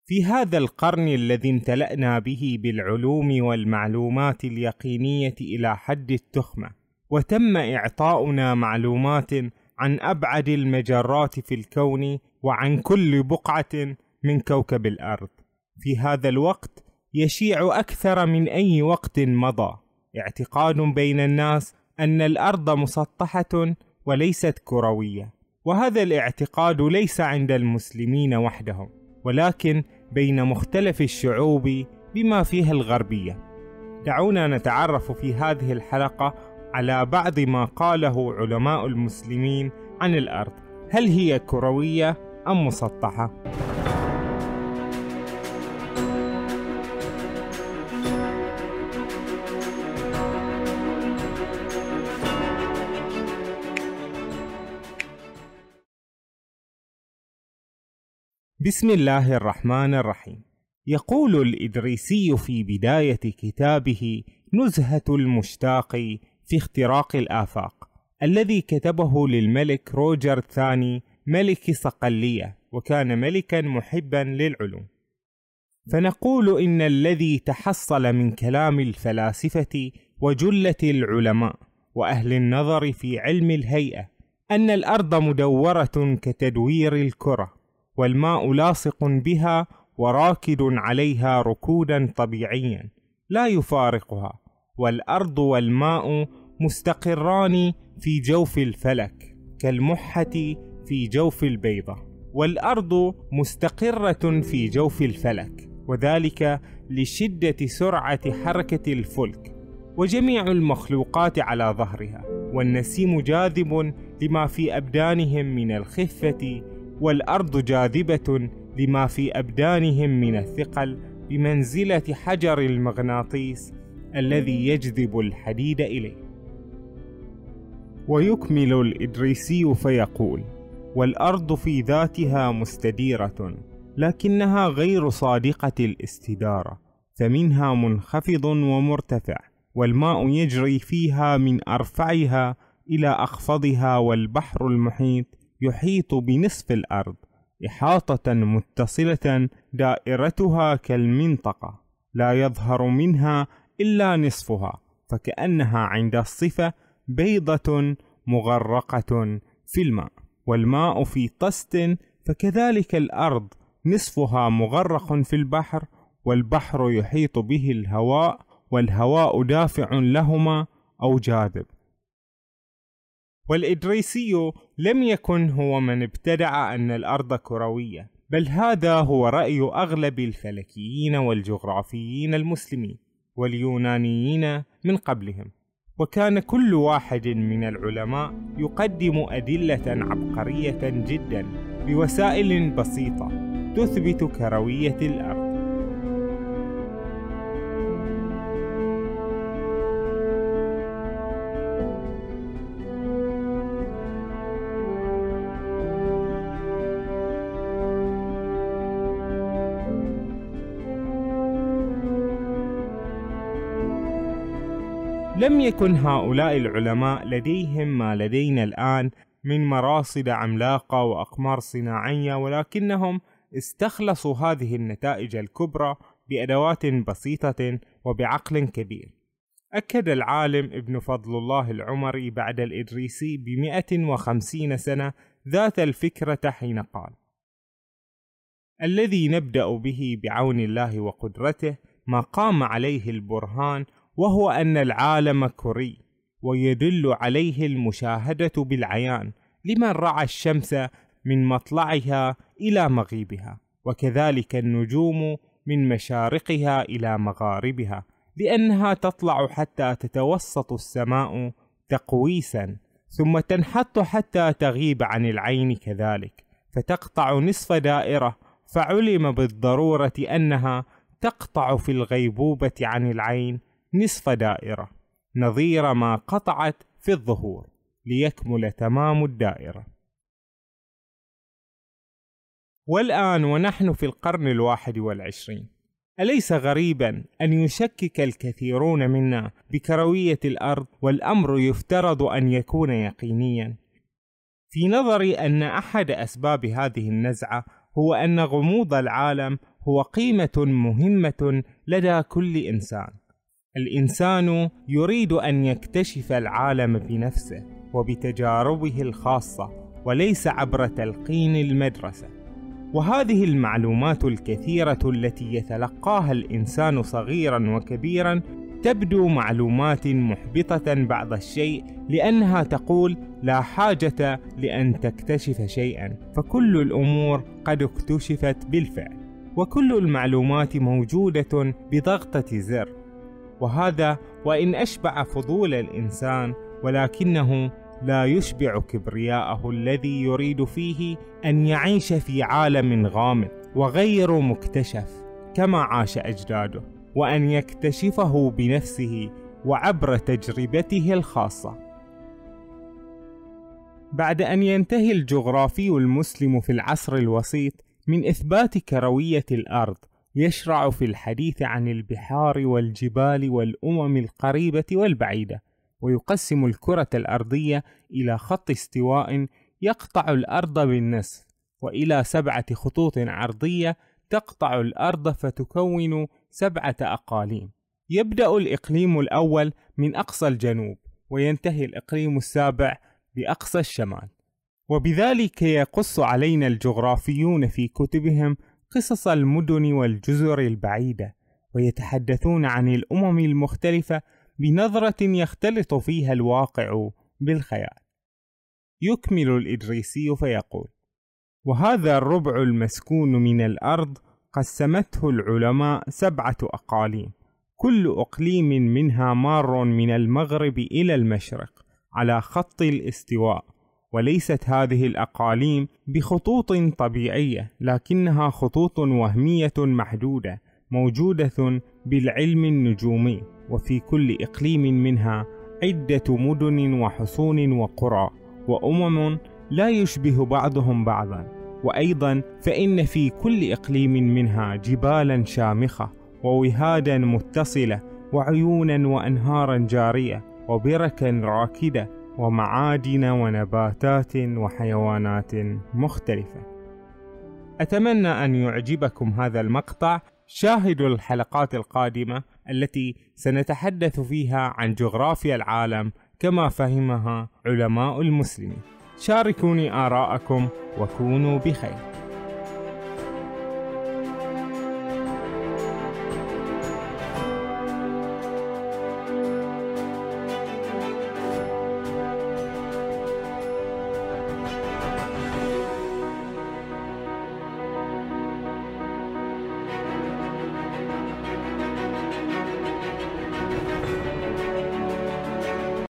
في هذا القرن الذي امتلأنا به بالعلوم والمعلومات اليقينية إلى حد التخمة، وتم إعطاؤنا معلومات عن أبعد المجرات في الكون وعن كل بقعة من كوكب الأرض، في هذا الوقت يشيع أكثر من أي وقت مضى اعتقاد بين الناس أن الأرض مسطحة وليست كروية، وهذا الاعتقاد ليس عند المسلمين وحدهم، ولكن بين مختلف الشعوب بما فيها الغربية. دعونا نتعرف في هذه الحلقة على بعض ما قاله علماء المسلمين عن الأرض، هل هي كروية أم مسطحة؟ بسم الله الرحمن الرحيم. يقول الإدريسي في بداية كتابه نزهة المشتاق في اختراق الآفاق، الذي كتبه للملك روجر الثاني ملك صقلية، وكان ملكا محبا للعلوم، فنقول إن الذي تحصل من كلام الفلاسفة وجلة العلماء وأهل النظر في علم الهيئة أن الأرض مدورة كتدوير الكرة، والماء لاصق بها وراكد عليها ركودا طبيعيا لا يفارقها، والأرض والماء مستقران في جوف الفلك كالمحة في جوف البيضة، والأرض مستقرة في جوف الفلك، وذلك لشدة سرعة حركة الفلك، وجميع المخلوقات على ظهرها، والنسيم جاذب لما في أبدانهم من الخفة، والأرض جاذبة لما في أبدانهم من الثقل بمنزلة حجر المغناطيس الذي يجذب الحديد إليه. ويكمل الإدريسي فيقول: والأرض في ذاتها مستديرة، لكنها غير صادقة الاستدارة، فمنها منخفض ومرتفع، والماء يجري فيها من أرفعها إلى أخفضها، والبحر المحيط يحيط بنصف الأرض إحاطة متصلة دائرتها كالمنطقة، لا يظهر منها إلا نصفها، فكأنها عند الصفة بيضة مغرقة في الماء، والماء في طست، فكذلك الأرض نصفها مغرق في البحر، والبحر يحيط به الهواء، والهواء دافع لهما أو جاذب. والإدريسي لم يكن هو من ابتدع أن الأرض كروية، بل هذا هو رأي أغلب الفلكيين والجغرافيين المسلمين واليونانيين من قبلهم، وكان كل واحد من العلماء يقدم أدلة عبقرية جدا بوسائل بسيطة تثبت كروية الأرض. لم يكن هؤلاء العلماء لديهم ما لدينا الآن من مراصد عملاقة وأقمار صناعية، ولكنهم استخلصوا هذه النتائج الكبرى بأدوات بسيطة وبعقل كبير. أكد العالم ابن فضل الله العمري بعد الإدريسي ب150 سنة ذات الفكرة حين قال: الذي نبدأ به بعون الله وقدرته ما قام عليه البرهان، وهو أن العالم كري، ويدل عليه المشاهدة بالعيان لمن رعى الشمس من مطلعها إلى مغيبها، وكذلك النجوم من مشارقها إلى مغاربها، لأنها تطلع حتى تتوسط السماء تقويسا، ثم تنحط حتى تغيب عن العين كذلك، فتقطع نصف دائرة، فعلم بالضرورة أنها تقطع في الغيبوبة عن العين نصف دائرة، نظير ما قطعت في الظهور، ليكمل تمام الدائرة. والآن ونحن في القرن 21، أليس غريبا أن يشكك الكثيرون منا بكروية الأرض، والأمر يفترض أن يكون يقينيا؟ في نظري أن أحد أسباب هذه النزعة هو أن غموض العالم هو قيمة مهمة لدى كل إنسان. الإنسان يريد أن يكتشف العالم بنفسه وبتجاربه الخاصة، وليس عبر تلقين المدرسة. وهذه المعلومات الكثيرة التي يتلقاها الإنسان صغيرا وكبيرا تبدو معلومات محبطة بعض الشيء، لأنها تقول لا حاجة لأن تكتشف شيئا، فكل الأمور قد اكتشفت بالفعل، وكل المعلومات موجودة بضغطة زر. وهذا وإن أشبع فضول الإنسان، ولكنه لا يشبع كبرياءه الذي يريد فيه أن يعيش في عالم غامض وغير مكتشف كما عاش أجداده، وأن يكتشفه بنفسه وعبر تجربته الخاصة. بعد أن ينتهي الجغرافي المسلم في العصر الوسيط من إثبات كروية الأرض، يشرع في الحديث عن البحار والجبال والأمم القريبة والبعيدة، ويقسم الكرة الأرضية إلى خط استواء يقطع الأرض بالنصف، وإلى 7 خطوط عرضية تقطع الأرض فتكون 7 أقاليم. يبدأ الإقليم الأول من أقصى الجنوب، وينتهي الإقليم السابع بأقصى الشمال. وبذلك يقص علينا الجغرافيون في كتبهم قصص المدن والجزر البعيدة، ويتحدثون عن الأمم المختلفة بنظرة يختلط فيها الواقع بالخيال. يكمل الإدريسي فيقول: وهذا الربع المسكون من الأرض قسمته العلماء 7 أقاليم، كل أقليم منها مار من المغرب إلى المشرق على خط الاستواء. وليست هذه الأقاليم بخطوط طبيعية، لكنها خطوط وهمية محدودة موجودة بالعلم النجومي، وفي كل إقليم منها عدة مدن وحصون وقرى وأمم لا يشبه بعضهم بعضا. وأيضا فإن في كل إقليم منها جبالا شامخة ووهادا متصلة وعيونا وأنهارا جارية وبركا راكدة ومعادن ونباتات وحيوانات مختلفة. أتمنى أن يعجبكم هذا المقطع. شاهدوا الحلقات القادمة التي سنتحدث فيها عن جغرافيا العالم كما فهمها علماء المسلمين. شاركوني آراءكم وكونوا بخير.